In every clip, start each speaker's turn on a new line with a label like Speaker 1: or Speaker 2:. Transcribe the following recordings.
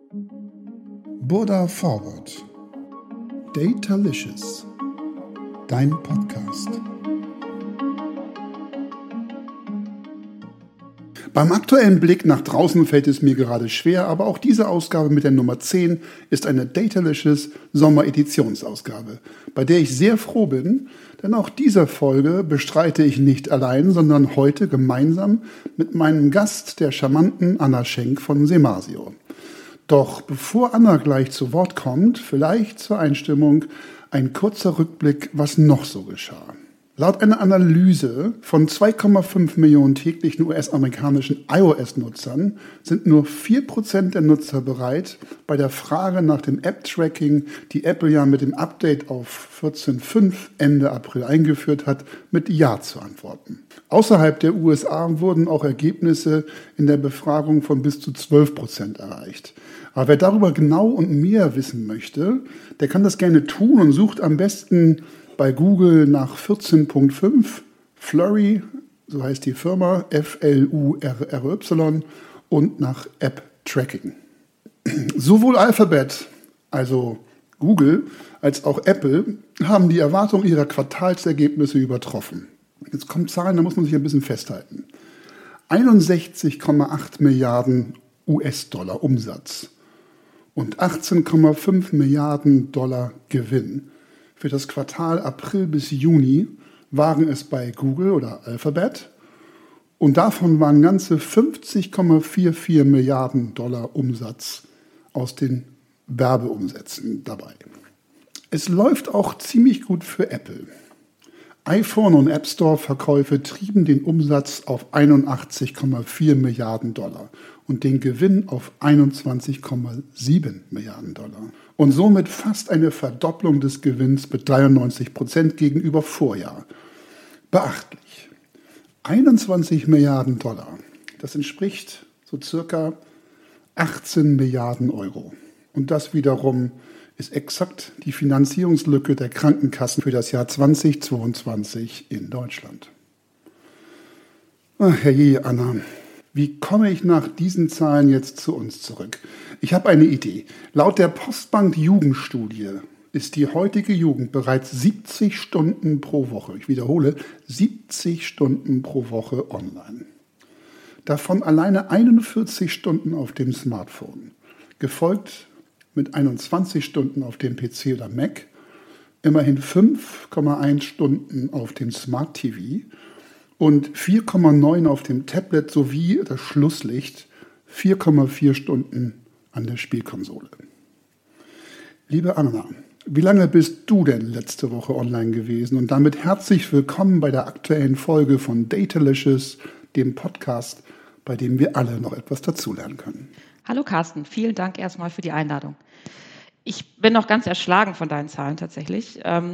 Speaker 1: Burda Forward. Datalicious. Dein Podcast. Beim aktuellen Blick nach draußen fällt es mir gerade schwer, aber auch diese Ausgabe mit der Nummer 10 ist eine Datalicious Sommer-Editionsausgabe, bei der ich sehr froh bin, denn auch diese Folge bestreite ich nicht allein, sondern heute gemeinsam mit meinem Gast, der charmanten Anna Schenk von Semasio. Doch bevor Anna gleich zu Wort kommt, vielleicht zur Einstimmung ein kurzer Rückblick, was noch so geschah. Laut einer Analyse von 2,5 Millionen täglichen US-amerikanischen iOS-Nutzern sind nur 4% der Nutzer bereit, bei der Frage nach dem App-Tracking, die Apple ja mit dem Update auf 14.5 Ende April eingeführt hat, mit Ja zu antworten. Außerhalb der USA wurden auch Ergebnisse in der Befragung von bis zu 12% erreicht. Aber wer darüber genau und mehr wissen möchte, der kann das gerne tun und sucht am besten bei Google nach 14.5, Flurry, so heißt die Firma, Flurry, und nach App Tracking. Sowohl Alphabet, also Google, als auch Apple haben die Erwartungen ihrer Quartalsergebnisse übertroffen. Jetzt kommen Zahlen, da muss man sich ein bisschen festhalten. 61,8 Milliarden US-Dollar Umsatz und 18,5 Milliarden Dollar Gewinn. Für das Quartal April bis Juni waren es bei Google oder Alphabet und davon waren ganze 50,44 Milliarden Dollar Umsatz aus den Werbeumsätzen dabei. Es läuft auch ziemlich gut für Apple. iPhone und App Store Verkäufe trieben den Umsatz auf 81,4 Milliarden Dollar und den Gewinn auf 21,7 Milliarden Dollar. Und somit fast eine Verdopplung des Gewinns mit 93% gegenüber Vorjahr. Beachtlich. 21 Milliarden Dollar. Das entspricht so circa 18 Milliarden Euro. Und das wiederum ist exakt die Finanzierungslücke der Krankenkassen für das Jahr 2022 in Deutschland. Ach, herrje, Anna, wie komme ich nach diesen Zahlen jetzt zu uns zurück? Ich habe eine Idee. Laut der Postbank Jugendstudie ist die heutige Jugend bereits 70 Stunden pro Woche, ich wiederhole, 70 Stunden pro Woche online. Davon alleine 41 Stunden auf dem Smartphone, gefolgt mit 21 Stunden auf dem PC oder Mac, immerhin 5,1 Stunden auf dem Smart TV und 4,9 auf dem Tablet sowie das Schlusslicht 4,4 Stunden an der Spielkonsole. Liebe Anna, wie lange bist du denn letzte Woche online gewesen? Und damit herzlich willkommen bei der aktuellen Folge von Datalicious, dem Podcast, bei dem wir alle noch etwas dazulernen können.
Speaker 2: Hallo Carsten, vielen Dank erstmal für die Einladung. Ich bin noch ganz erschlagen von deinen Zahlen tatsächlich.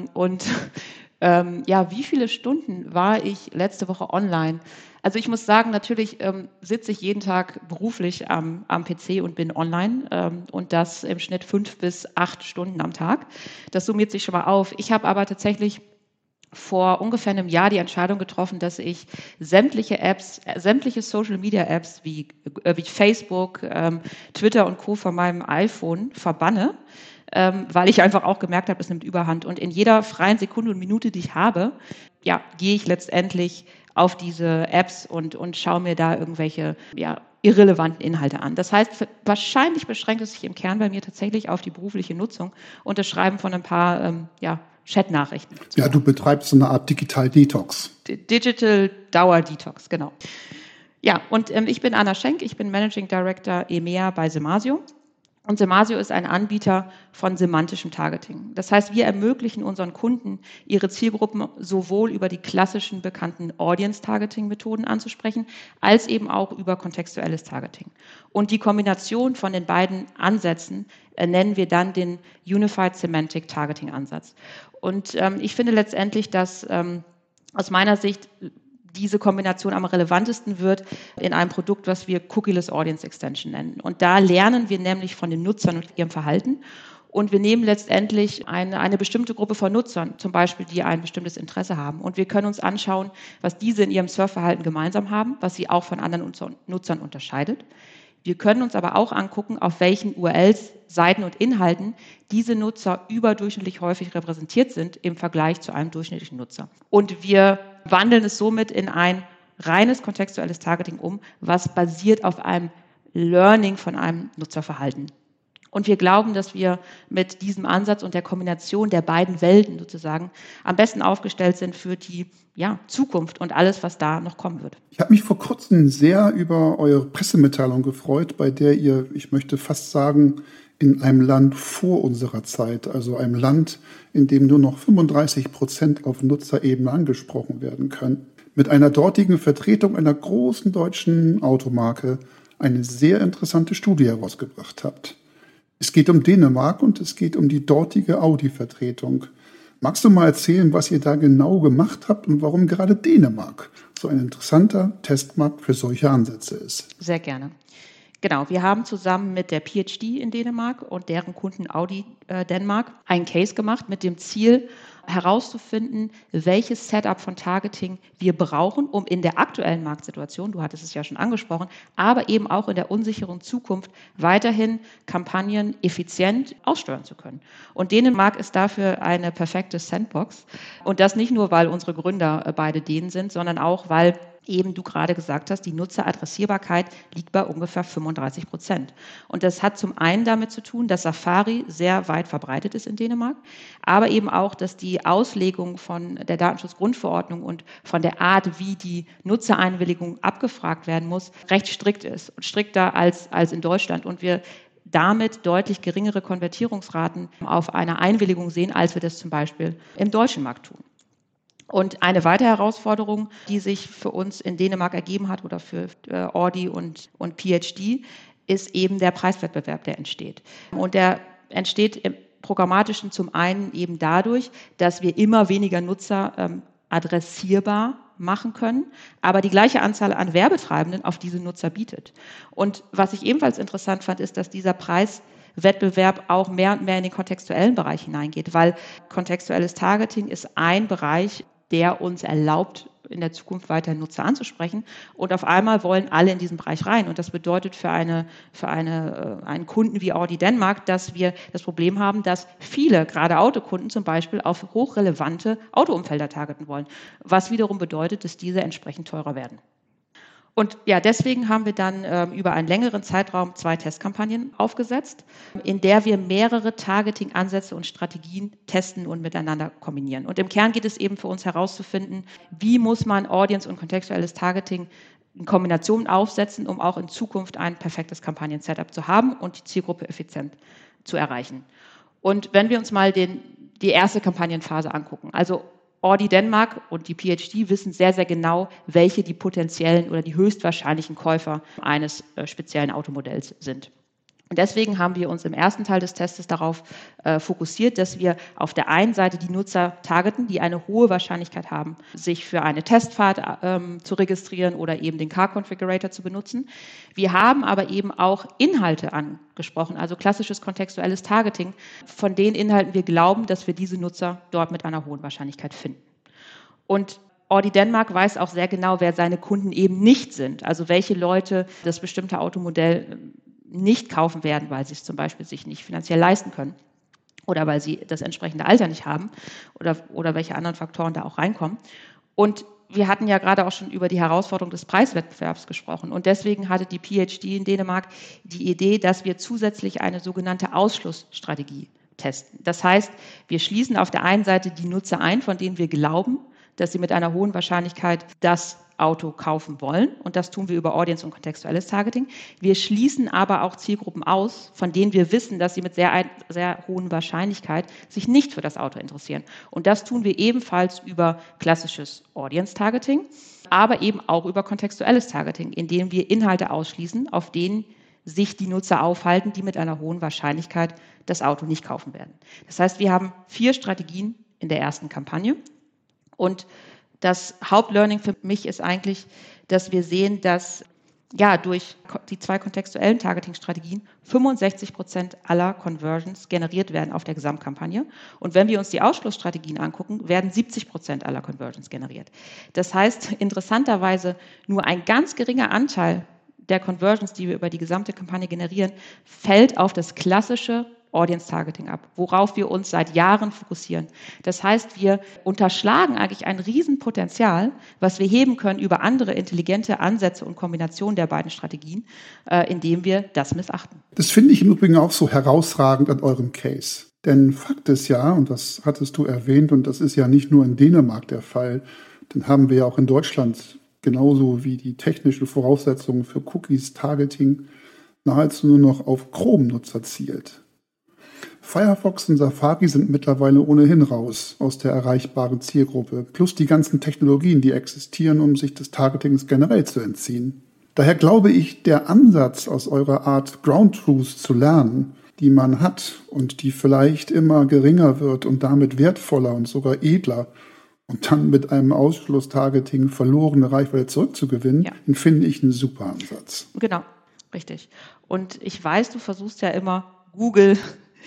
Speaker 2: Wie viele Stunden war ich letzte Woche online? Also ich muss sagen, natürlich sitze ich jeden Tag beruflich am PC und bin online und das im Schnitt 5 bis 8 Stunden am Tag. Das summiert sich schon mal auf. Ich habe aber tatsächlich vor ungefähr einem Jahr die Entscheidung getroffen, dass ich sämtliche Apps, sämtliche Social-Media-Apps wie Facebook, Twitter und Co. von meinem iPhone verbanne, weil ich einfach auch gemerkt habe, es nimmt Überhand. Und in jeder freien Sekunde und Minute, die ich habe, gehe ich letztendlich auf diese Apps und schaue mir da irgendwelche irrelevanten Inhalte an. Das heißt, wahrscheinlich beschränkt es sich im Kern bei mir tatsächlich auf die berufliche Nutzung und das Schreiben von ein paar Chat-Nachrichten.
Speaker 1: Ja, du betreibst so eine Art Digital Detox.
Speaker 2: Digital Dauer Detox, genau. Ja, und ich bin Anna Schenk, ich bin Managing Director EMEA bei Semasio. Und Semasio ist ein Anbieter von semantischem Targeting. Das heißt, wir ermöglichen unseren Kunden, ihre Zielgruppen sowohl über die klassischen bekannten Audience-Targeting-Methoden anzusprechen, als eben auch über kontextuelles Targeting. Und die Kombination von den beiden Ansätzen nennen wir dann den Unified Semantic Targeting Ansatz. Und ich finde letztendlich, dass aus meiner Sicht diese Kombination am relevantesten wird in einem Produkt, was wir Cookieless Audience Extension nennen. Und da lernen wir nämlich von den Nutzern und ihrem Verhalten. Und wir nehmen letztendlich eine bestimmte Gruppe von Nutzern, zum Beispiel, die ein bestimmtes Interesse haben. Und wir können uns anschauen, was diese in ihrem Surfverhalten gemeinsam haben, was sie auch von anderen Nutzern unterscheidet. Wir können uns aber auch angucken, auf welchen URLs, Seiten und Inhalten diese Nutzer überdurchschnittlich häufig repräsentiert sind im Vergleich zu einem durchschnittlichen Nutzer. Und wir wandeln es somit in ein reines kontextuelles Targeting um, was basiert auf einem Learning von einem Nutzerverhalten. Und wir glauben, dass wir mit diesem Ansatz und der Kombination der beiden Welten sozusagen am besten aufgestellt sind für die Zukunft und alles, was da noch kommen wird.
Speaker 1: Ich habe mich vor kurzem sehr über eure Pressemitteilung gefreut, bei der ihr, ich möchte fast sagen, in einem Land vor unserer Zeit, also einem Land, in dem nur noch 35% auf Nutzerebene angesprochen werden können, mit einer dortigen Vertretung einer großen deutschen Automarke eine sehr interessante Studie herausgebracht habt. Es geht um Dänemark und es geht um die dortige Audi-Vertretung. Magst du mal erzählen, was ihr da genau gemacht habt und warum gerade Dänemark so ein interessanter Testmarkt für solche Ansätze ist?
Speaker 2: Sehr gerne. Genau, wir haben zusammen mit der PhD in Dänemark und deren Kunden Audi Denmark einen Case gemacht mit dem Ziel, herauszufinden, welches Setup von Targeting wir brauchen, um in der aktuellen Marktsituation, du hattest es ja schon angesprochen, aber eben auch in der unsicheren Zukunft weiterhin Kampagnen effizient aussteuern zu können. Und Dänemark ist dafür eine perfekte Sandbox. Und das nicht nur, weil unsere Gründer beide Dänen sind, sondern auch, weil eben du gerade gesagt hast, die Nutzeradressierbarkeit liegt bei ungefähr 35%. Und das hat zum einen damit zu tun, dass Safari sehr weit verbreitet ist in Dänemark, aber eben auch, dass die Auslegung von der Datenschutzgrundverordnung und von der Art, wie die Nutzereinwilligung abgefragt werden muss, recht strikt ist und strikter als in Deutschland. Und wir damit deutlich geringere Konvertierungsraten auf eine Einwilligung sehen, als wir das zum Beispiel im deutschen Markt tun. Und eine weitere Herausforderung, die sich für uns in Dänemark ergeben hat oder für Audi und PhD, ist eben der Preiswettbewerb, der entsteht. Und der entsteht im Programmatischen zum einen eben dadurch, dass wir immer weniger Nutzer adressierbar machen können, aber die gleiche Anzahl an Werbetreibenden auf diese Nutzer bietet. Und was ich ebenfalls interessant fand, ist, dass dieser Preiswettbewerb auch mehr und mehr in den kontextuellen Bereich hineingeht, weil kontextuelles Targeting ist ein Bereich, der uns erlaubt, in der Zukunft weiter Nutzer anzusprechen. Und auf einmal wollen alle in diesen Bereich rein. Und das bedeutet für einen Kunden wie Audi Denmark, dass wir das Problem haben, dass viele, gerade Autokunden zum Beispiel, auf hochrelevante Autoumfelder targeten wollen. Was wiederum bedeutet, dass diese entsprechend teurer werden. Und ja, deswegen haben wir dann über einen längeren Zeitraum 2 Testkampagnen aufgesetzt, in der wir mehrere Targeting-Ansätze und Strategien testen und miteinander kombinieren. Und im Kern geht es eben für uns herauszufinden, wie muss man Audience- und kontextuelles Targeting in Kombination aufsetzen, um auch in Zukunft ein perfektes Kampagnen-Setup zu haben und die Zielgruppe effizient zu erreichen. Und wenn wir uns mal die erste Kampagnenphase angucken, also Audi Denmark und die PhD wissen sehr, sehr genau, welche die potenziellen oder die höchstwahrscheinlichen Käufer eines speziellen Automodells sind. Und deswegen haben wir uns im ersten Teil des Tests darauf fokussiert, dass wir auf der einen Seite die Nutzer targeten, die eine hohe Wahrscheinlichkeit haben, sich für eine Testfahrt zu registrieren oder eben den Car Configurator zu benutzen. Wir haben aber eben auch Inhalte angesprochen, also klassisches kontextuelles Targeting, von den Inhalten wir glauben, dass wir diese Nutzer dort mit einer hohen Wahrscheinlichkeit finden. Und Audi Denmark weiß auch sehr genau, wer seine Kunden eben nicht sind, also welche Leute das bestimmte Automodell nicht kaufen werden, weil sie es zum Beispiel sich nicht finanziell leisten können oder weil sie das entsprechende Alter nicht haben oder welche anderen Faktoren da auch reinkommen. Und wir hatten ja gerade auch schon über die Herausforderung des Preiswettbewerbs gesprochen. Und deswegen hatte die PhD in Dänemark die Idee, dass wir zusätzlich eine sogenannte Ausschlussstrategie testen. Das heißt, wir schließen auf der einen Seite die Nutzer ein, von denen wir glauben, dass sie mit einer hohen Wahrscheinlichkeit das Auto kaufen wollen. Und das tun wir über Audience- und kontextuelles Targeting. Wir schließen aber auch Zielgruppen aus, von denen wir wissen, dass sie mit sehr hohen Wahrscheinlichkeit sich nicht für das Auto interessieren. Und das tun wir ebenfalls über klassisches Audience-Targeting, aber eben auch über kontextuelles Targeting, indem wir Inhalte ausschließen, auf denen sich die Nutzer aufhalten, die mit einer hohen Wahrscheinlichkeit das Auto nicht kaufen werden. Das heißt, wir haben 4 Strategien in der ersten Kampagne. Und das Hauptlearning für mich ist eigentlich, dass wir sehen, dass durch die 2 kontextuellen Targeting-Strategien 65% aller Conversions generiert werden auf der Gesamtkampagne. Und wenn wir uns die Ausschlussstrategien angucken, werden 70% aller Conversions generiert. Das heißt, interessanterweise nur ein ganz geringer Anteil der Conversions, die wir über die gesamte Kampagne generieren, fällt auf das klassische Audience Targeting ab, worauf wir uns seit Jahren fokussieren. Das heißt, wir unterschlagen eigentlich ein Riesenpotenzial, was wir heben können über andere intelligente Ansätze und Kombinationen der beiden Strategien, indem wir das missachten.
Speaker 1: Das finde ich im Übrigen auch so herausragend an eurem Case. Denn Fakt ist ja, und das hattest du erwähnt, und das ist ja nicht nur in Dänemark der Fall, dann haben wir ja auch in Deutschland genauso wie die technischen Voraussetzungen für Cookies Targeting nahezu nur noch auf Chrome-Nutzer zielt. Firefox und Safari sind mittlerweile ohnehin raus aus der erreichbaren Zielgruppe, plus die ganzen Technologien, die existieren, um sich des Targetings generell zu entziehen. Daher glaube ich, der Ansatz aus eurer Art Ground Truth zu lernen, die man hat und die vielleicht immer geringer wird und damit wertvoller und sogar edler und dann mit einem Ausschlusstargeting verlorene Reichweite zurückzugewinnen, den finde ich einen super Ansatz.
Speaker 2: Genau, richtig. Und ich weiß, du versuchst ja immer Google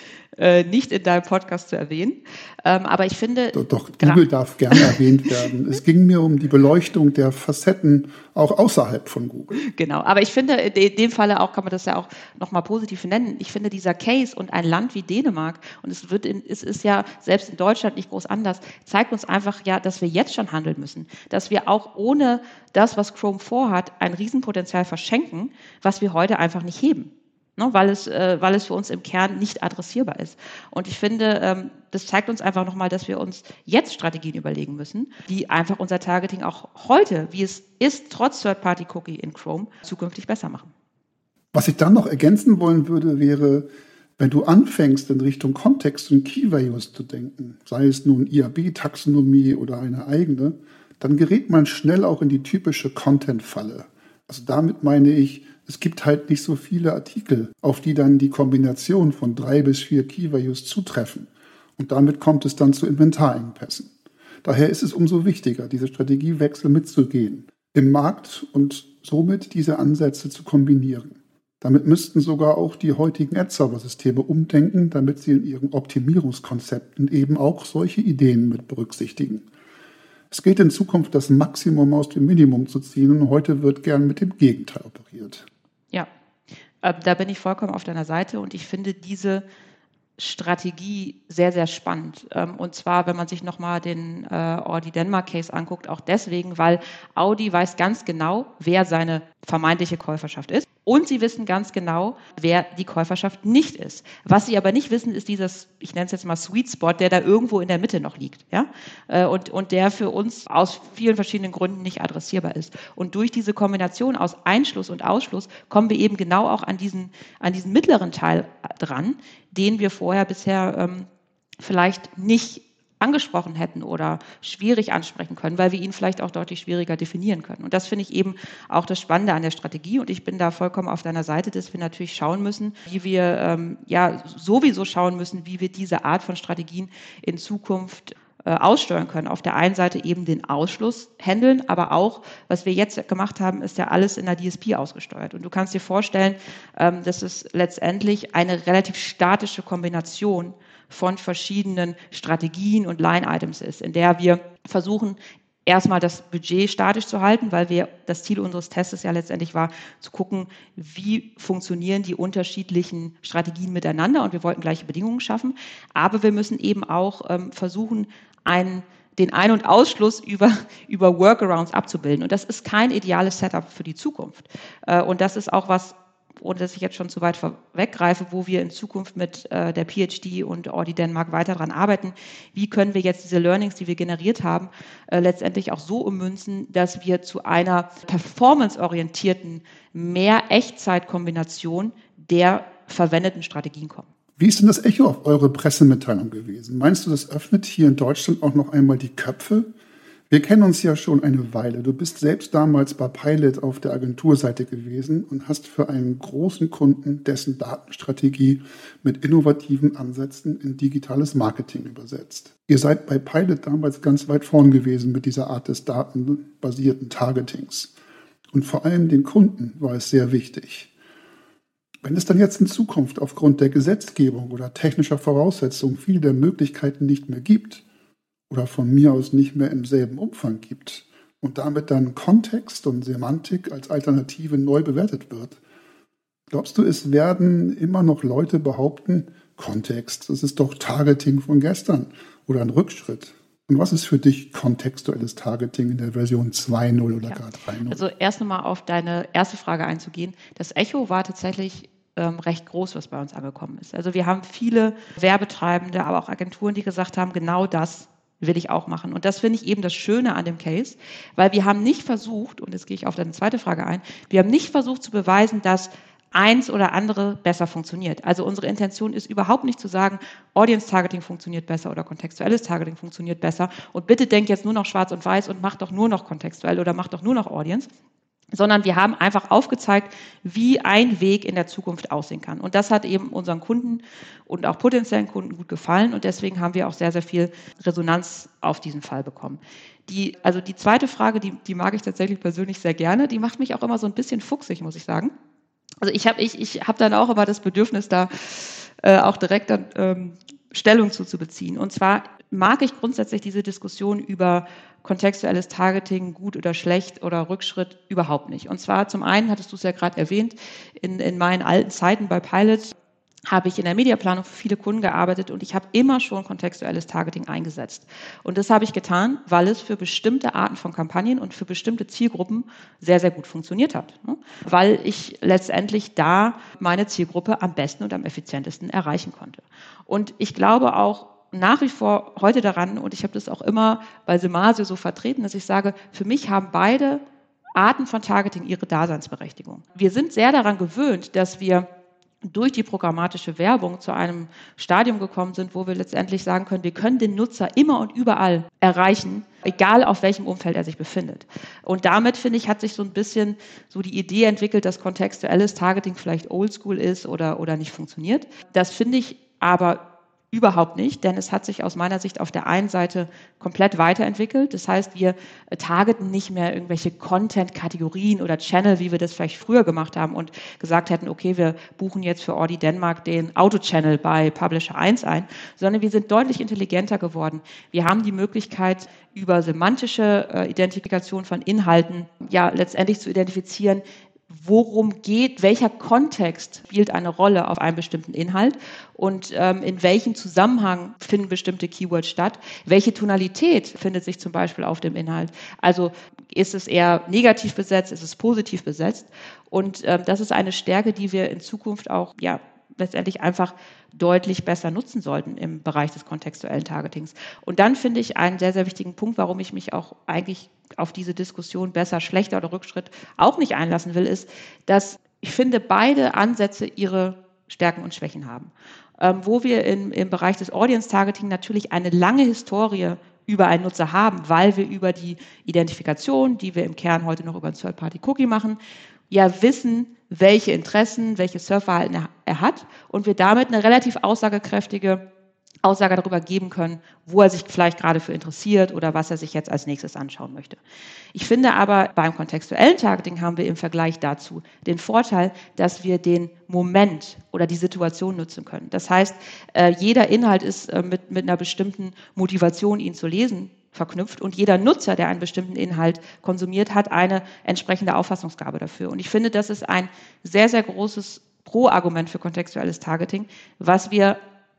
Speaker 2: nicht in deinem Podcast zu erwähnen. Aber ich finde...
Speaker 1: Doch, Google darf gerne erwähnt werden. Es ging mir um die Beleuchtung der Facetten auch außerhalb von Google.
Speaker 2: Genau, aber ich finde, in dem Falle auch kann man das ja auch nochmal positiv nennen. Ich finde, dieser Case und ein Land wie Dänemark, und es ist ja selbst in Deutschland nicht groß anders, zeigt uns einfach ja, dass wir jetzt schon handeln müssen. Dass wir auch ohne das, was Chrome vorhat, ein Riesenpotenzial verschenken, was wir heute einfach nicht heben. Weil es für uns im Kern nicht adressierbar ist. Und ich finde, das zeigt uns einfach nochmal, dass wir uns jetzt Strategien überlegen müssen, die einfach unser Targeting auch heute, wie es ist, trotz Third-Party-Cookie in Chrome, zukünftig besser machen.
Speaker 1: Was ich dann noch ergänzen wollen würde, wäre, wenn du anfängst, in Richtung Kontext und Key-Values zu denken, sei es nun IAB-Taxonomie oder eine eigene, dann gerät man schnell auch in die typische Content-Falle. Also damit meine ich, es gibt halt nicht so viele Artikel, auf die dann die Kombination von 3 bis 4 Key-Values zutreffen. Und damit kommt es dann zu Inventarengpässen. Daher ist es umso wichtiger, diese Strategiewechsel mitzugehen im Markt und somit diese Ansätze zu kombinieren. Damit müssten sogar auch die heutigen Ad-Server-Systeme umdenken, damit sie in ihren Optimierungskonzepten eben auch solche Ideen mit berücksichtigen. Es gilt in Zukunft, das Maximum aus dem Minimum zu ziehen und heute wird gern mit dem Gegenteil operiert.
Speaker 2: Ja, da bin ich vollkommen auf deiner Seite und ich finde diese Strategie sehr, sehr spannend. Und zwar, wenn man sich nochmal den Audi Denmark Case anguckt, auch deswegen, weil Audi weiß ganz genau, wer seine vermeintliche Käuferschaft ist. Und sie wissen ganz genau, wer die Käuferschaft nicht ist. Was sie aber nicht wissen, ist dieses, ich nenne es jetzt mal Sweet Spot, der da irgendwo in der Mitte noch liegt. Ja? Und der für uns aus vielen verschiedenen Gründen nicht adressierbar ist. Und durch diese Kombination aus Einschluss und Ausschluss kommen wir eben genau auch an diesen mittleren Teil dran, den wir vorher bisher vielleicht nicht angesprochen hätten oder schwierig ansprechen können, weil wir ihn vielleicht auch deutlich schwieriger definieren können. Und das finde ich eben auch das Spannende an der Strategie. Und ich bin da vollkommen auf deiner Seite, dass wir natürlich schauen müssen, wie wir sowieso schauen müssen, wie wir diese Art von Strategien in Zukunft aussteuern können. Auf der einen Seite eben den Ausschluss handeln, aber auch, was wir jetzt gemacht haben, ist ja alles in der DSP ausgesteuert. Und du kannst dir vorstellen, dass es letztendlich eine relativ statische Kombination von verschiedenen Strategien und Line-Items ist, in der wir versuchen, erstmal das Budget statisch zu halten, weil das Ziel unseres Tests ja letztendlich war, zu gucken, wie funktionieren die unterschiedlichen Strategien miteinander und wir wollten gleiche Bedingungen schaffen. Aber wir müssen eben auch versuchen, den Ein- und Ausschluss über Workarounds abzubilden. Und das ist kein ideales Setup für die Zukunft. Und das ist auch was, ohne dass ich jetzt schon zu weit vorweggreife, wo wir in Zukunft mit der PhD und Audi Denmark weiter daran arbeiten. Wie können wir jetzt diese Learnings, die wir generiert haben, letztendlich auch so ummünzen, dass wir zu einer performanceorientierten, mehr Echtzeit-Kombination der verwendeten Strategien kommen.
Speaker 1: Wie ist denn das Echo auf eure Pressemitteilung gewesen? Meinst du, das öffnet hier in Deutschland auch noch einmal die Köpfe? Wir kennen uns ja schon eine Weile. Du bist selbst damals bei Pilot auf der Agenturseite gewesen und hast für einen großen Kunden dessen Datenstrategie mit innovativen Ansätzen in digitales Marketing übersetzt. Ihr seid bei Pilot damals ganz weit vorn gewesen mit dieser Art des datenbasierten Targetings. Und vor allem den Kunden war es sehr wichtig. Wenn es dann jetzt in Zukunft aufgrund der Gesetzgebung oder technischer Voraussetzungen viele der Möglichkeiten nicht mehr gibt oder von mir aus nicht mehr im selben Umfang gibt, und damit dann Kontext und Semantik als Alternative neu bewertet wird, glaubst du, es werden immer noch Leute behaupten, Kontext, das ist doch Targeting von gestern oder ein Rückschritt? Und was ist für dich kontextuelles Targeting in der Version 2.0 oder gar 3.0?
Speaker 2: Also erst nochmal auf deine erste Frage einzugehen. Das Echo war tatsächlich recht groß, was bei uns angekommen ist. Also wir haben viele Werbetreibende, aber auch Agenturen, die gesagt haben, genau das will ich auch machen. Und das finde ich eben das Schöne an dem Case, weil wir haben nicht versucht, und jetzt gehe ich auf deine zweite Frage ein, wir haben nicht versucht zu beweisen, dass eins oder andere besser funktioniert. Also unsere Intention ist überhaupt nicht zu sagen, Audience-Targeting funktioniert besser oder kontextuelles Targeting funktioniert besser und bitte denk jetzt nur noch schwarz und weiß und mach doch nur noch kontextuell oder mach doch nur noch Audience, sondern wir haben einfach aufgezeigt, wie ein Weg in der Zukunft aussehen kann. Und das hat eben unseren Kunden und auch potenziellen Kunden gut gefallen und deswegen haben wir auch sehr, sehr viel Resonanz auf diesen Fall bekommen. Die zweite Frage, die mag ich tatsächlich persönlich sehr gerne, die macht mich auch immer so ein bisschen fuchsig, muss ich sagen. Also ich hab dann auch immer das Bedürfnis, da auch direkt dann Stellung zu beziehen. Und zwar mag ich grundsätzlich diese Diskussion über kontextuelles Targeting, gut oder schlecht oder Rückschritt überhaupt nicht. Und zwar zum einen, hattest du es ja gerade erwähnt, in meinen alten Zeiten bei Pilot habe ich in der Mediaplanung für viele Kunden gearbeitet und ich habe immer schon kontextuelles Targeting eingesetzt. Und das habe ich getan, weil es für bestimmte Arten von Kampagnen und für bestimmte Zielgruppen sehr, sehr gut funktioniert hat. Weil ich letztendlich da meine Zielgruppe am besten und am effizientesten erreichen konnte. Und ich glaube auch nach wie vor heute daran, und ich habe das auch immer bei Semasio so vertreten, dass ich sage, für mich haben beide Arten von Targeting ihre Daseinsberechtigung. Wir sind sehr daran gewöhnt, dass wir durch die programmatische Werbung zu einem Stadium gekommen sind, wo wir letztendlich sagen können, wir können den Nutzer immer und überall erreichen, egal auf welchem Umfeld er sich befindet. Und damit, finde ich, hat sich so ein bisschen so die Idee entwickelt, dass kontextuelles Targeting vielleicht oldschool ist oder nicht funktioniert. Das finde ich aber überhaupt nicht, denn es hat sich aus meiner Sicht auf der einen Seite komplett weiterentwickelt. Das heißt, wir targeten nicht mehr irgendwelche Content-Kategorien oder Channel, wie wir das vielleicht früher gemacht haben und gesagt hätten, okay, wir buchen jetzt für Audi Denmark den Auto-Channel bei Publisher 1 ein, sondern wir sind deutlich intelligenter geworden. Wir haben die Möglichkeit, über semantische Identifikation von Inhalten ja letztendlich zu identifizieren, worum geht, welcher Kontext spielt eine Rolle auf einen bestimmten Inhalt und in welchem Zusammenhang finden bestimmte Keywords statt, welche Tonalität findet sich zum Beispiel auf dem Inhalt. Also ist es eher negativ besetzt, ist es positiv besetzt und das ist eine Stärke, die wir in Zukunft auch letztendlich einfach deutlich besser nutzen sollten im Bereich des kontextuellen Targetings. Und dann finde ich einen sehr, sehr wichtigen Punkt, warum ich mich auch eigentlich auf diese Diskussion besser, schlechter oder Rückschritt auch nicht einlassen will, ist, dass ich finde, beide Ansätze ihre Stärken und Schwächen haben. Wo wir im Bereich des Audience Targeting natürlich eine lange Historie über einen Nutzer haben, weil wir über die Identifikation, die wir im Kern heute noch über ein Third-Party-Cookie machen, ja wissen, welche Interessen, welches Surfverhalten er hat und wir damit eine relativ aussagekräftige Aussage darüber geben können, wo er sich vielleicht gerade für interessiert oder was er sich jetzt als nächstes anschauen möchte. Ich finde aber, beim kontextuellen Targeting haben wir im Vergleich dazu den Vorteil, dass wir den Moment oder die Situation nutzen können. Das heißt, jeder Inhalt ist mit einer bestimmten Motivation, ihn zu lesen, verknüpft und jeder Nutzer, der einen bestimmten Inhalt konsumiert, hat eine entsprechende Auffassungsgabe dafür. Und ich finde, das ist ein sehr, sehr großes Pro-Argument für kontextuelles Targeting, was wir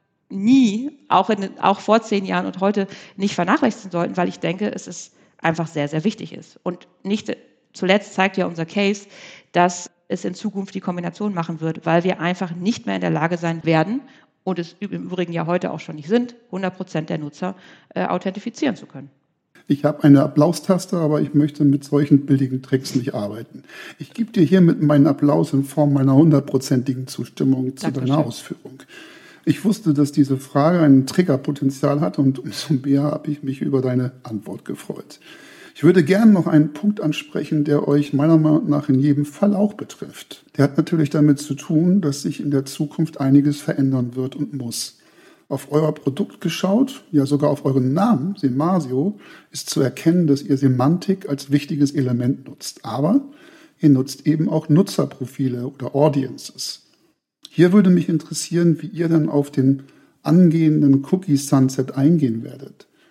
Speaker 2: nie, auch vor 10 Jahren und heute, nicht vernachlässigen sollten, weil ich denke, es ist einfach sehr, sehr wichtig ist. Und nicht zuletzt zeigt ja unser Case, dass es in Zukunft die Kombination machen wird, weil wir einfach nicht mehr in der Lage sein werden, und es im Übrigen ja heute auch schon nicht sind, 100% der Nutzer authentifizieren zu können.
Speaker 1: Ich habe eine Applaustaste, aber ich möchte mit solchen billigen Tricks nicht arbeiten. Ich gebe dir hiermit meinen Applaus in Form meiner 100%igen Zustimmung zu deiner Ausführung. Ich wusste, dass diese Frage ein Triggerpotenzial hat und umso mehr habe ich mich über deine Antwort gefreut. Ich würde gerne noch einen Punkt ansprechen, der euch meiner Meinung nach in jedem Fall auch betrifft. Der hat natürlich damit zu tun, dass sich in der Zukunft einiges verändern wird und muss. Auf euer Produkt geschaut, ja sogar auf euren Namen, Semasio, ist zu erkennen, dass ihr Semantik als wichtiges Element nutzt. Aber ihr nutzt eben auch Nutzerprofile oder Audiences. Hier würde mich interessieren, wie ihr dann auf den angehenden Cookie-Sunset eingehen werdet.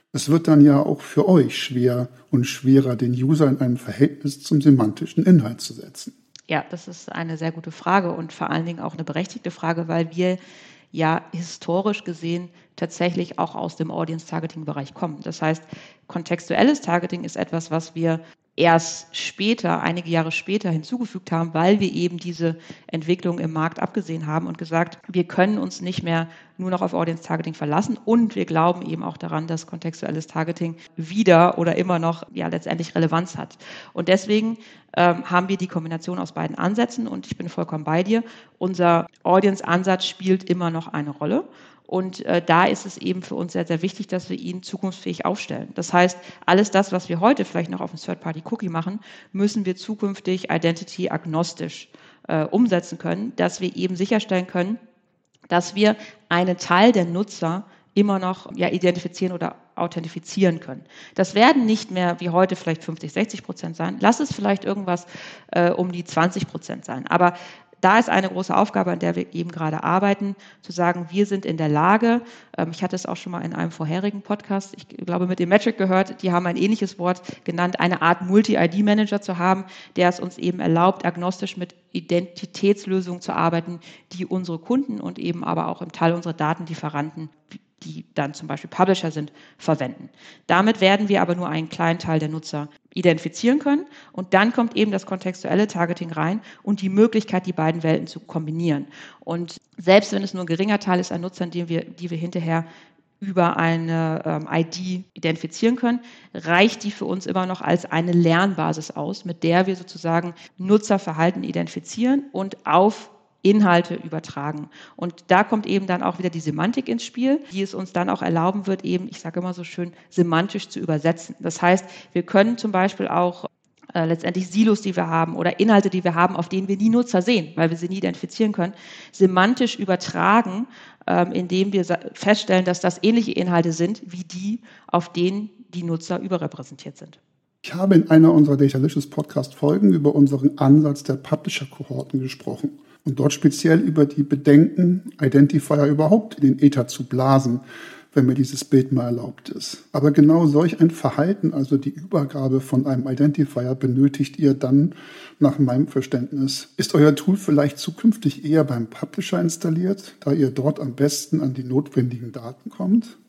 Speaker 1: Es wird dann ja auch für euch schwer und schwerer, den User in einem Verhältnis zum semantischen Inhalt zu setzen.
Speaker 2: Ja, das ist eine sehr gute Frage und vor allen Dingen auch eine berechtigte Frage, weil wir ja historisch gesehen tatsächlich auch aus dem Audience-Targeting-Bereich kommen. Das heißt, kontextuelles Targeting ist etwas, was wir erst später, einige Jahre später hinzugefügt haben, weil wir eben diese Entwicklung im Markt abgesehen haben und gesagt, wir können uns nicht mehr nur noch auf Audience-Targeting verlassen und wir glauben eben auch daran, dass kontextuelles Targeting wieder oder immer noch letztendlich Relevanz hat. Und deswegen haben wir die Kombination aus beiden Ansätzen und ich bin vollkommen bei dir. Unser Audience-Ansatz spielt immer noch eine Rolle. Und da ist es eben für uns sehr, sehr wichtig, dass wir ihn zukunftsfähig aufstellen. Das heißt, alles das, was wir heute vielleicht noch auf dem Third-Party-Cookie machen, müssen wir zukünftig identity-agnostisch umsetzen können, dass wir eben sicherstellen können, dass wir einen Teil der Nutzer immer noch identifizieren oder authentifizieren können. Das werden nicht mehr wie heute vielleicht 50-60% sein. Lass es vielleicht irgendwas um die 20% sein. Aber da ist eine große Aufgabe, an der wir eben gerade arbeiten, zu sagen, wir sind in der Lage, ich hatte es auch schon mal in einem vorherigen Podcast, ich glaube mit dem Metric gehört, die haben ein ähnliches Wort genannt, eine Art Multi-ID-Manager zu haben, der es uns eben erlaubt, agnostisch mit Identitätslösungen zu arbeiten, die unsere Kunden und eben aber auch im Teil unsere Datenlieferanten, die dann zum Beispiel Publisher sind, verwenden. Damit werden wir aber nur einen kleinen Teil der Nutzer identifizieren können und dann kommt eben das kontextuelle Targeting rein und die Möglichkeit, die beiden Welten zu kombinieren. Und selbst wenn es nur ein geringer Teil ist an Nutzern, die wir hinterher über eine ID identifizieren können, reicht die für uns immer noch als eine Lernbasis aus, mit der wir sozusagen Nutzerverhalten identifizieren und auf Inhalte übertragen. Und da kommt eben dann auch wieder die Semantik ins Spiel, die es uns dann auch erlauben wird, eben, ich sage immer so schön, semantisch zu übersetzen. Das heißt, wir können zum Beispiel auch letztendlich Silos, die wir haben oder Inhalte, die wir haben, auf denen wir die Nutzer sehen, weil wir sie nie identifizieren können, semantisch übertragen, indem wir feststellen, dass das ähnliche Inhalte sind, wie die, auf denen die Nutzer überrepräsentiert sind.
Speaker 1: Ich habe in einer unserer Datalicious Podcast-Folgen über unseren Ansatz der Publisher-Kohorten gesprochen und dort speziell über die Bedenken, Identifier überhaupt in den Äther zu blasen, wenn mir dieses Bild mal erlaubt ist. Aber genau solch ein Verhalten, also die Übergabe von einem Identifier, benötigt ihr dann nach meinem Verständnis. Ist euer Tool vielleicht zukünftig eher beim Publisher installiert, da ihr dort am besten an die notwendigen Daten kommt?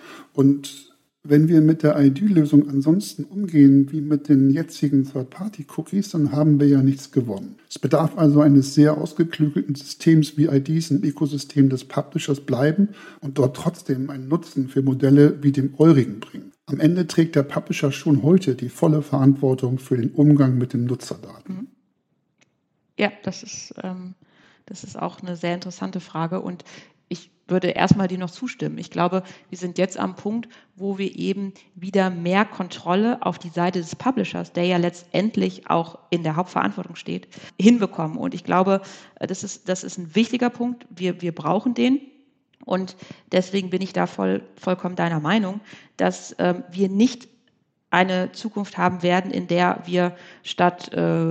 Speaker 1: Und wenn wir mit der ID-Lösung ansonsten umgehen wie mit den jetzigen Third-Party-Cookies, dann haben wir ja nichts gewonnen. Es bedarf also eines sehr ausgeklügelten Systems, wie IDs im Ökosystem des Publishers bleiben und dort trotzdem einen Nutzen für Modelle wie dem eurigen bringen. Am Ende trägt der Publisher schon heute die volle Verantwortung für den Umgang mit den Nutzerdaten.
Speaker 2: Ja, das ist auch eine sehr interessante Frage und ich würde erstmal dir noch zustimmen. Ich glaube, wir sind jetzt am Punkt, wo wir eben wieder mehr Kontrolle auf die Seite des Publishers, der ja letztendlich auch in der Hauptverantwortung steht, hinbekommen. Und ich glaube, das ist ein wichtiger Punkt. Wir brauchen den. Und deswegen bin ich da vollkommen deiner Meinung, dass wir nicht eine Zukunft haben werden, in der wir statt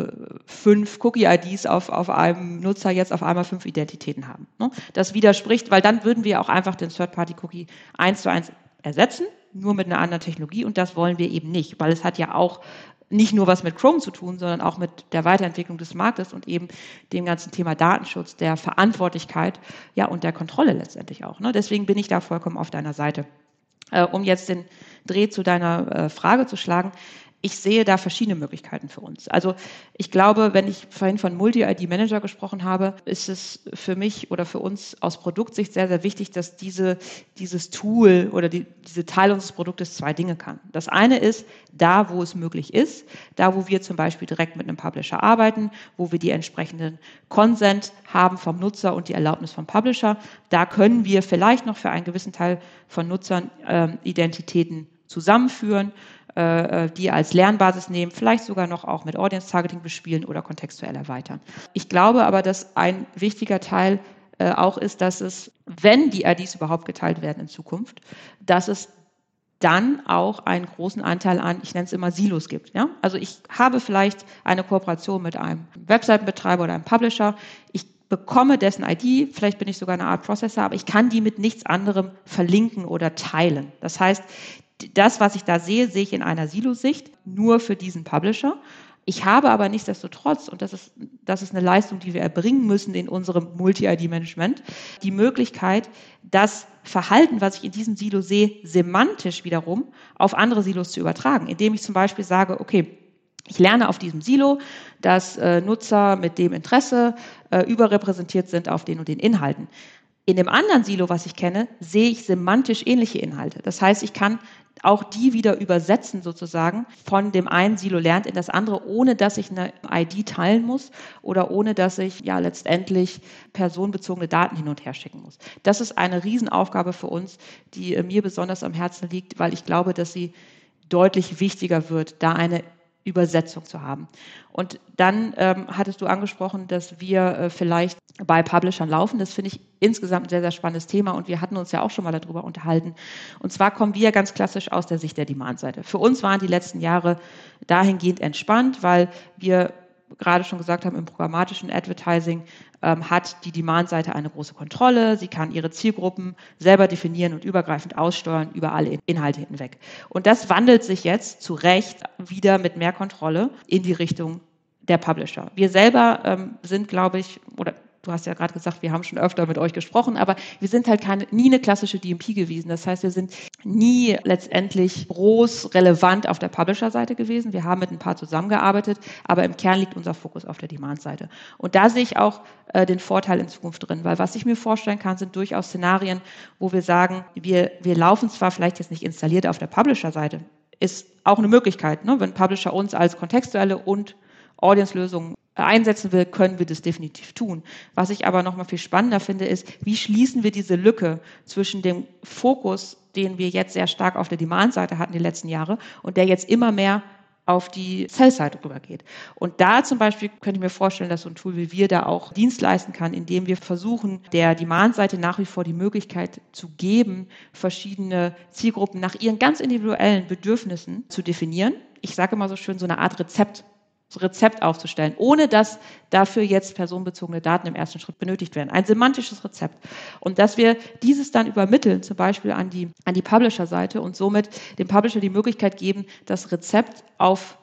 Speaker 2: 5 Cookie-IDs auf einem Nutzer jetzt auf einmal 5 Identitäten haben. Das widerspricht, weil dann würden wir auch einfach den Third-Party-Cookie 1:1 ersetzen, nur mit einer anderen Technologie und das wollen wir eben nicht, weil es hat ja auch nicht nur was mit Chrome zu tun, sondern auch mit der Weiterentwicklung des Marktes und eben dem ganzen Thema Datenschutz, der Verantwortlichkeit, und der Kontrolle letztendlich auch. Deswegen bin ich da vollkommen auf deiner Seite. Um jetzt den Dreh zu deiner Frage zu schlagen, ich sehe da verschiedene Möglichkeiten für uns. Also ich glaube, wenn ich vorhin von Multi-ID-Manager gesprochen habe, ist es für mich oder für uns aus Produktsicht sehr, sehr wichtig, dass dieses Tool oder diese Teil unseres Produktes 2 Dinge kann. Das eine ist, da wo es möglich ist, da wo wir zum Beispiel direkt mit einem Publisher arbeiten, wo wir die entsprechenden Consent haben vom Nutzer und die Erlaubnis vom Publisher, da können wir vielleicht noch für einen gewissen Teil von Nutzern Identitäten zusammenführen, die als Lernbasis nehmen, vielleicht sogar noch auch mit Audience Targeting bespielen oder kontextuell erweitern. Ich glaube aber, dass ein wichtiger Teil auch ist, dass es, wenn die IDs überhaupt geteilt werden in Zukunft, dass es dann auch einen großen Anteil an, ich nenne es immer Silos gibt. Ja? Also ich habe vielleicht eine Kooperation mit einem Webseitenbetreiber oder einem Publisher, ich bekomme dessen ID, vielleicht bin ich sogar eine Art Processor, aber ich kann die mit nichts anderem verlinken oder teilen. Das heißt, Das, was ich da sehe, sehe ich in einer Silo-Sicht nur für diesen Publisher. Ich habe aber nichtsdestotrotz, und das ist eine Leistung, die wir erbringen müssen in unserem Multi-ID-Management, die Möglichkeit, das Verhalten, was ich in diesem Silo sehe, semantisch wiederum auf andere Silos zu übertragen, indem ich zum Beispiel sage, okay, ich lerne auf diesem Silo, dass Nutzer mit dem Interesse überrepräsentiert sind auf den und den Inhalten. In dem anderen Silo, was ich kenne, sehe ich semantisch ähnliche Inhalte. Das heißt, ich kann auch die wieder übersetzen sozusagen, von dem einen Silo lernt in das andere, ohne dass ich eine ID teilen muss oder ohne dass ich ja letztendlich personenbezogene Daten hin und her schicken muss. Das ist eine Riesenaufgabe für uns, die mir besonders am Herzen liegt, weil ich glaube, dass sie deutlich wichtiger wird, da eine Übersetzung zu haben. Und dann hattest du angesprochen, dass wir vielleicht bei Publishern laufen. Das finde ich insgesamt ein sehr, sehr spannendes Thema und wir hatten uns ja auch schon mal darüber unterhalten. Und zwar kommen wir ganz klassisch aus der Sicht der Demand-Seite. Für uns waren die letzten Jahre dahingehend entspannt, weil wir gerade schon gesagt haben, im programmatischen Advertising hat die Demand-Seite eine große Kontrolle. Sie kann ihre Zielgruppen selber definieren und übergreifend aussteuern über alle Inhalte hinweg. Und das wandelt sich jetzt zu Recht wieder mit mehr Kontrolle in die Richtung der Publisher. Wir selber sind, glaube ich, oder du hast ja gerade gesagt, wir haben schon öfter mit euch gesprochen, aber wir sind halt nie eine klassische DMP gewesen. Das heißt, wir sind nie letztendlich groß relevant auf der Publisher-Seite gewesen. Wir haben mit ein paar zusammengearbeitet, aber im Kern liegt unser Fokus auf der Demand-Seite. Und da sehe ich auch den Vorteil in Zukunft drin, weil was ich mir vorstellen kann, sind durchaus Szenarien, wo wir sagen, wir laufen zwar vielleicht jetzt nicht installiert auf der Publisher-Seite, ist auch eine Möglichkeit, ne? Wenn Publisher uns als kontextuelle und Audience-Lösungen einsetzen will, können wir das definitiv tun. Was ich aber noch mal viel spannender finde, ist, wie schließen wir diese Lücke zwischen dem Fokus, den wir jetzt sehr stark auf der Demand-Seite hatten die letzten Jahre und der jetzt immer mehr auf die Sell-Seite rübergeht. Und da zum Beispiel könnte ich mir vorstellen, dass so ein Tool wie wir da auch Dienst leisten kann, indem wir versuchen, der Demand-Seite nach wie vor die Möglichkeit zu geben, verschiedene Zielgruppen nach ihren ganz individuellen Bedürfnissen zu definieren. Ich sage immer so schön, so eine Art Rezept aufzustellen, ohne dass dafür jetzt personenbezogene Daten im ersten Schritt benötigt werden. Ein semantisches Rezept. Und dass wir dieses dann übermitteln, zum Beispiel an die Publisher-Seite und somit dem Publisher die Möglichkeit geben, das Rezept auf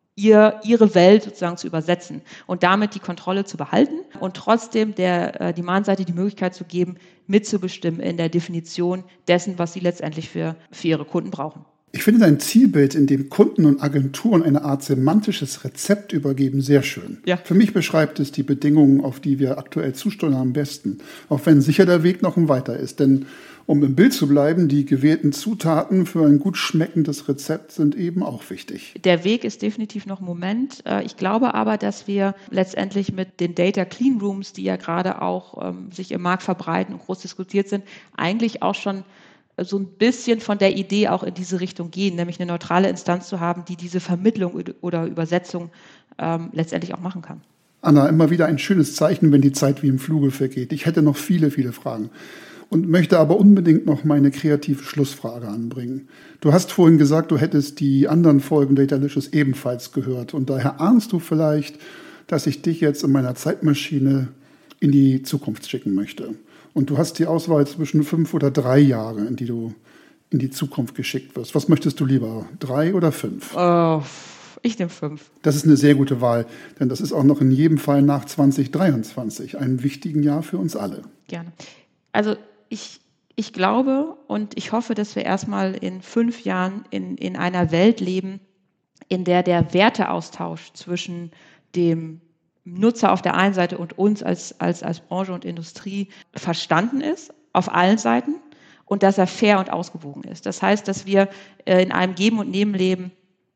Speaker 2: ihre Welt sozusagen zu übersetzen und damit die Kontrolle zu behalten und trotzdem der Demand-Seite die Möglichkeit zu geben, mitzubestimmen in der Definition dessen, was sie letztendlich für ihre Kunden brauchen.
Speaker 1: Ich finde dein Zielbild, in dem Kunden und Agenturen eine Art semantisches Rezept übergeben, sehr schön.
Speaker 2: Ja.
Speaker 1: Für mich beschreibt es die Bedingungen, auf die wir aktuell zusteuern, am besten. Auch wenn sicher der Weg noch ein weiter ist. Denn, um im Bild zu bleiben, die gewählten Zutaten für ein gut schmeckendes Rezept sind eben auch wichtig.
Speaker 2: Der Weg ist definitiv noch ein Moment. Ich glaube aber, dass wir letztendlich mit den Data Clean Rooms, die ja gerade auch sich im Markt verbreiten und groß diskutiert sind, eigentlich auch schon so ein bisschen von der Idee auch in diese Richtung gehen, nämlich eine neutrale Instanz zu haben, die diese Vermittlung oder Übersetzung letztendlich auch machen kann.
Speaker 1: Anna, immer wieder ein schönes Zeichen, wenn die Zeit wie im Fluge vergeht. Ich hätte noch viele, viele Fragen und möchte aber unbedingt noch meine kreative Schlussfrage anbringen. Du hast vorhin gesagt, du hättest die anderen Folgen Datalicious ebenfalls gehört und daher ahnst du vielleicht, dass ich dich jetzt in meiner Zeitmaschine in die Zukunft schicken möchte. Und du hast die Auswahl zwischen 5 oder 3 Jahre, in die du in die Zukunft geschickt wirst. Was möchtest du lieber, 3 oder 5?
Speaker 2: Ich nehme 5.
Speaker 1: Das ist eine sehr gute Wahl, denn das ist auch noch in jedem Fall nach 2023 ein wichtiges Jahr für uns alle.
Speaker 2: Gerne. Also ich glaube und ich hoffe, dass wir erstmal in 5 Jahren in einer Welt leben, in der Werteaustausch zwischen dem Nutzer auf der einen Seite und uns als Branche und Industrie verstanden ist, auf allen Seiten, und dass er fair und ausgewogen ist. Das heißt, dass wir in einem Geben und Nehmen leben,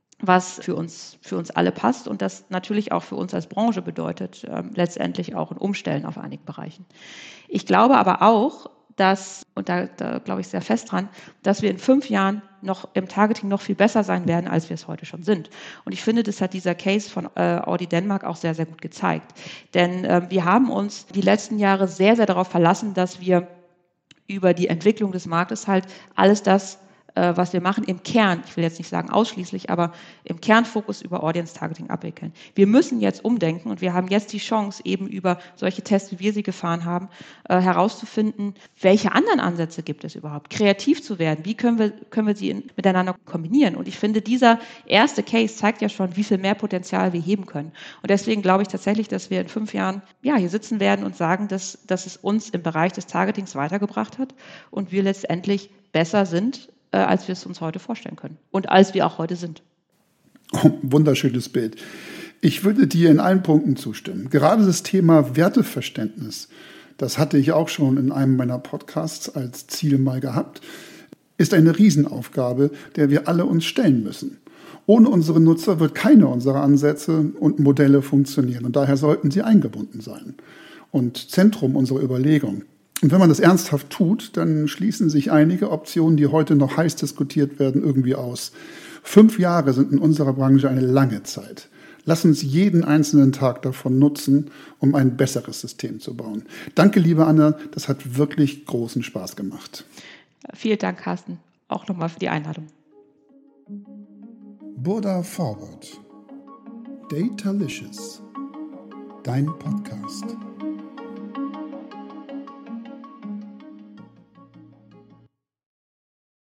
Speaker 2: was für uns alle passt und das natürlich auch für uns als Branche bedeutet, letztendlich auch ein Umstellen auf einigen Bereichen. Ich glaube aber auch, dass, und da glaube ich sehr fest dran, dass wir in 5 Jahren noch im Targeting noch viel besser sein werden, als wir es heute schon sind. Und ich finde, das hat dieser Case von Audi Denmark auch sehr, sehr gut gezeigt. Denn wir haben uns die letzten Jahre sehr, sehr darauf verlassen, dass wir über die Entwicklung des Marktes halt alles das was wir machen, im Kern, ich will jetzt nicht sagen ausschließlich, aber im Kernfokus über Audience Targeting abwickeln. Wir müssen jetzt umdenken und wir haben jetzt die Chance, eben über solche Tests, wie wir sie gefahren haben, herauszufinden, welche anderen Ansätze gibt es überhaupt, kreativ zu werden, wie können wir sie miteinander kombinieren. Und ich finde, dieser erste Case zeigt ja schon, wie viel mehr Potenzial wir heben können. Und deswegen glaube ich tatsächlich, dass wir in 5 Jahren hier sitzen werden und sagen, dass es uns im Bereich des Targetings weitergebracht hat und wir letztendlich besser sind, als wir es uns heute vorstellen können und als wir auch heute sind.
Speaker 1: Oh, wunderschönes Bild. Ich würde dir in allen Punkten zustimmen. Gerade das Thema Werteverständnis, das hatte ich auch schon in einem meiner Podcasts als Ziel mal gehabt, ist eine Riesenaufgabe, der wir alle uns stellen müssen. Ohne unsere Nutzer wird keine unserer Ansätze und Modelle funktionieren und daher sollten sie eingebunden sein und Zentrum unserer Überlegung. Und wenn man das ernsthaft tut, dann schließen sich einige Optionen, die heute noch heiß diskutiert werden, irgendwie aus. 5 Jahre sind in unserer Branche eine lange Zeit. Lass uns jeden einzelnen Tag davon nutzen, um ein besseres System zu bauen. Danke, liebe Anna, das hat wirklich großen Spaß gemacht.
Speaker 2: Vielen Dank, Carsten, auch nochmal für die Einladung.
Speaker 1: Burda Forward. Datalicious. Dein Podcast.